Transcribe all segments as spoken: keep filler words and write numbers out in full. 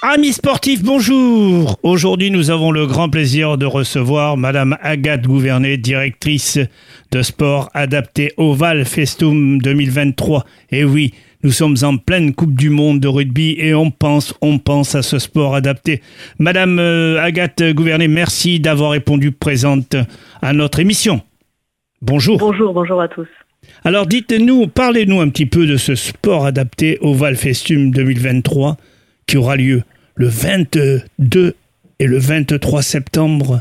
Amis sportifs, bonjour. Aujourd'hui, nous avons le grand plaisir de recevoir Madame Agathe Gouvernet, directrice de sport adapté Oval Festum deux mille vingt-trois. Et oui, nous sommes en pleine Coupe du Monde de rugby et on pense, on pense à ce sport adapté. Madame euh, Agathe Gouvernet, merci d'avoir répondu présente à notre émission. Bonjour. Bonjour, bonjour à tous. Alors dites-nous, parlez-nous un petit peu de ce sport adapté Oval Festum deux mille vingt-trois qui aura lieu le vingt-deux et le vingt-trois septembre.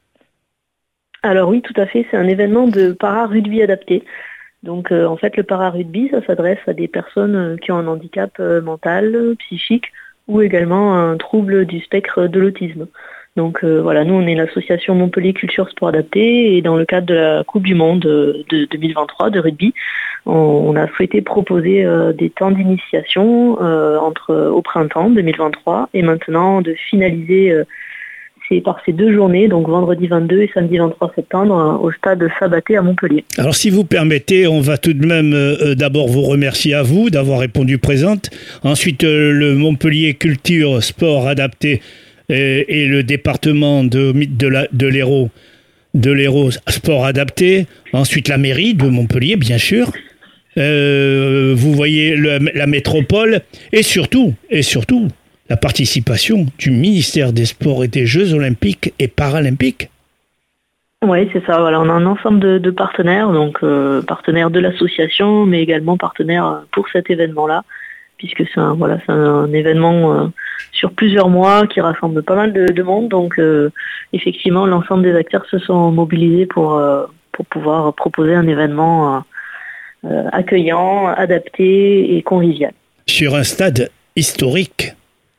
Alors oui, tout à fait, c'est un événement de para-rugby adapté. Donc euh, en fait, le para-rugby, ça s'adresse à des personnes euh, qui ont un handicap euh, mental, psychique ou également un trouble du spectre de l'autisme. Donc euh, voilà, nous on est l'association Montpellier Culture Sport Adapté et dans le cadre de la Coupe du Monde de deux mille vingt-trois de rugby, on, on a souhaité proposer euh, des temps d'initiation euh, entre au printemps deux mille vingt-trois et maintenant de finaliser euh, c'est par ces deux journées, donc vendredi vingt-deux et samedi vingt-trois septembre, euh, au stade Sabaté à Montpellier. Alors si vous permettez, on va tout de même euh, d'abord vous remercier à vous d'avoir répondu présente. Ensuite, euh, le Montpellier Culture Sport Adapté et, et le département de, de, la, de l'Hérault, de l'Hérault Sport Adapté. Ensuite, la mairie de Montpellier, bien sûr. Euh, vous voyez le, la métropole et surtout, et surtout, la participation du ministère des Sports et des Jeux Olympiques et Paralympiques. Oui, c'est ça. Voilà, on a un ensemble de, de partenaires, donc euh, partenaires de l'association, mais également partenaires pour cet événement-là, puisque c'est un, voilà, c'est un, un événement euh, sur plusieurs mois qui rassemble pas mal de, de monde. Donc, euh, effectivement, l'ensemble des acteurs se sont mobilisés pour euh, pour pouvoir proposer un événement euh, euh, accueillant, adapté et convivial. Sur un stade historique.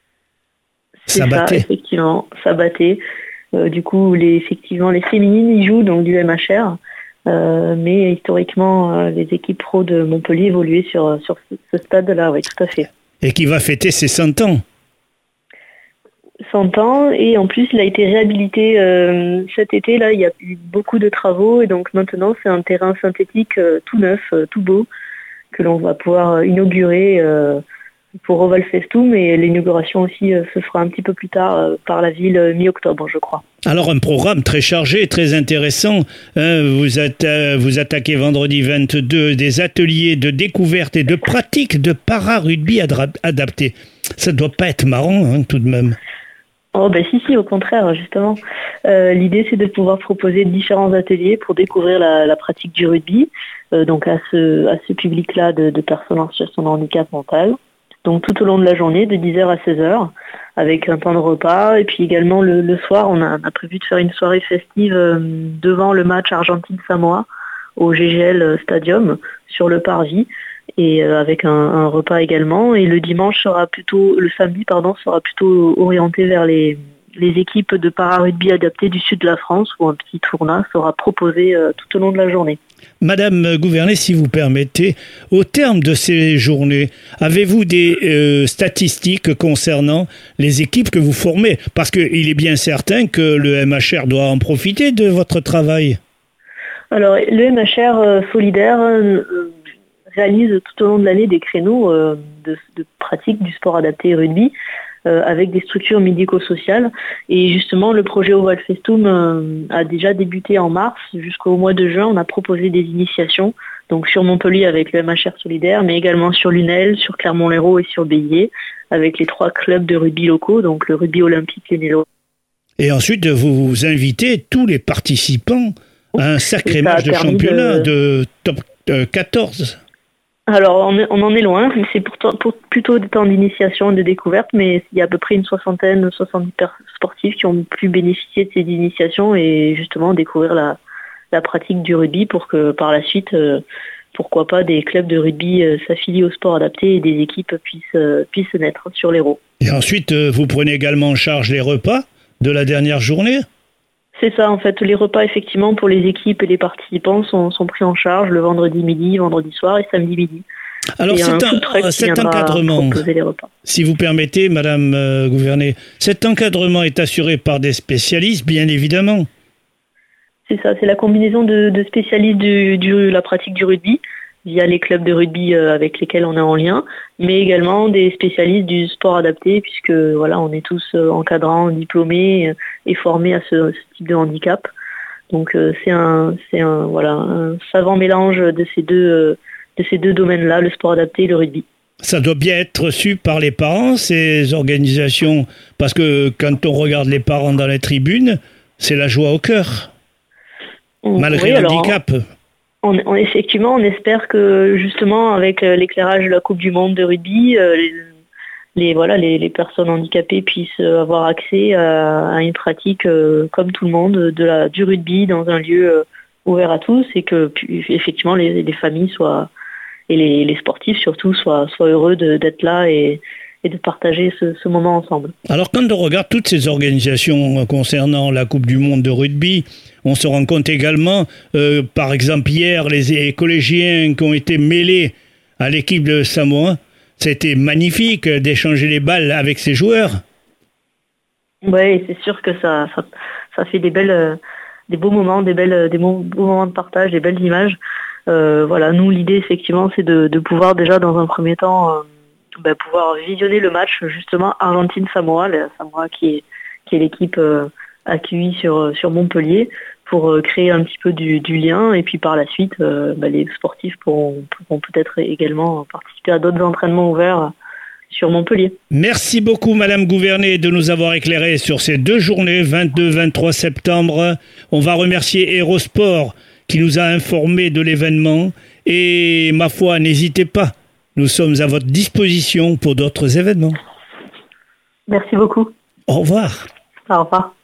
C'est ça, effectivement, Sabaté. Euh, du coup, les, effectivement, les féminines y jouent, donc du M H R. Euh, mais historiquement, euh, les équipes pro de Montpellier évoluaient sur, sur ce, ce stade-là, oui, tout à fait. Et qui va fêter ses cent ans. cent ans, et en plus, il a été réhabilité euh, cet été. Là, il y a eu beaucoup de travaux, et donc maintenant, c'est un terrain synthétique euh, tout neuf, euh, tout beau, que l'on va pouvoir inaugurer euh, pour Oval Festum, et l'inauguration aussi euh, se fera un petit peu plus tard euh, par la ville euh, mi-octobre, je crois. Alors un programme très chargé, très intéressant. Hein, vous, êtes, euh, vous attaquez vendredi vingt-deux des ateliers de découverte et de pratique de para-rugby adra- adapté. Ça ne doit pas être marrant, hein, tout de même. Oh ben si, si, au contraire, justement. Euh, l'idée, c'est de pouvoir proposer différents ateliers pour découvrir la, la pratique du rugby, euh, donc à ce, à ce public-là de, de personnes en situation de handicap mental. Donc tout au long de la journée, de dix heures à seize heures, avec un temps de repas. Et puis également le, le soir, on a, on a prévu de faire une soirée festive euh, devant le match Argentine-Samoa au G G L Stadium sur le parvis, et euh, avec un, un repas également. Et le dimanche sera plutôt, le samedi pardon, sera plutôt orienté vers les, les équipes de para-rugby adaptées du sud de la France, où un petit tournoi sera proposé euh, tout au long de la journée. Madame Gouvernet, si vous permettez, au terme de ces journées, avez-vous des euh, statistiques concernant les équipes que vous formez? Parce qu'il est bien certain que le M H R doit en profiter de votre travail. Alors, le M H R euh, solidaire euh, réalise tout au long de l'année des créneaux euh, de, de pratique du sport adapté rugby euh, avec des structures médico-sociales. Et justement, le projet Oval Festum euh, a déjà débuté en mars. Jusqu'au mois de juin, on a proposé des initiations, donc sur Montpellier avec le M H R solidaire, mais également sur l'Unel, sur Clermont-Lérault et sur Béziers, avec les trois clubs de rugby locaux, donc le rugby olympique et Nélo. Et ensuite, vous invitez tous les participants à un sacré match de championnat de, de top quatorze. Alors, on, est, on en est loin, c'est pour, pour plutôt des temps d'initiation et de découverte, mais il y a à peu près une soixantaine, soixante-dix sportifs qui ont pu bénéficier de ces initiations et justement découvrir la, la pratique du rugby pour que par la suite, euh, pourquoi pas, des clubs de rugby euh, s'affilient au sport adapté et des équipes puissent, euh, puissent naître sur l'Hérault. Et ensuite, euh, vous prenez également en charge les repas de la dernière journée ? C'est ça, en fait, les repas, effectivement, pour les équipes et les participants sont, sont pris en charge le vendredi midi, vendredi soir et samedi midi. Alors, et c'est un, un cet encadrement, si vous permettez, Madame euh, Gouvernet, cet encadrement est assuré par des spécialistes, bien évidemment. C'est ça, c'est la combinaison de, de spécialistes de du, la pratique du rugby, via les clubs de rugby avec lesquels on est en lien, mais également des spécialistes du sport adapté, puisque voilà, on est tous encadrants, diplômés et formés à ce, ce type de handicap. Donc c'est un, c'est un, voilà, un savant mélange de ces deux, de ces deux domaines-là, le sport adapté et le rugby. Ça doit bien être reçu par les parents, ces organisations, parce que quand on regarde les parents dans les tribunes, c'est la joie au cœur, malgré oui, le handicap. On, on, effectivement, on espère que justement, avec l'éclairage de la Coupe du Monde de rugby, euh, les, les, voilà, les, les personnes handicapées puissent avoir accès à, à une pratique euh, comme tout le monde, de la, du rugby dans un lieu euh, ouvert à tous, et que puis, effectivement les, les familles soient et les, les sportifs surtout soient, soient heureux de, d'être là et, et de partager ce, ce moment ensemble. Alors quand on regarde toutes ces organisations concernant la Coupe du Monde de rugby, on se rend compte également, euh, par exemple hier, les collégiens qui ont été mêlés à l'équipe de Samoa, c'était magnifique d'échanger les balles avec ces joueurs. Oui, c'est sûr que ça, ça, ça fait des belles, des beaux moments, des belles, des beaux moments de partage, des belles images. Euh, voilà, nous l'idée effectivement c'est de, de pouvoir déjà dans un premier temps euh, bah, pouvoir visionner le match justement Argentine-Samoa, la Samoa qui est, qui est l'équipe euh, accueillie sur, sur Montpellier, pour euh, créer un petit peu du, du lien, et puis par la suite euh, bah, les sportifs pourront, pourront peut-être également participer à d'autres entraînements ouverts sur Montpellier. Merci beaucoup Madame Gouvernet de nous avoir éclairé sur ces deux journées, vingt-deux vingt-trois septembre. On va remercier Hérosport qui nous a informés de l'événement, et ma foi, n'hésitez pas, nous sommes à votre disposition pour d'autres événements. Merci beaucoup. Au revoir. Au revoir.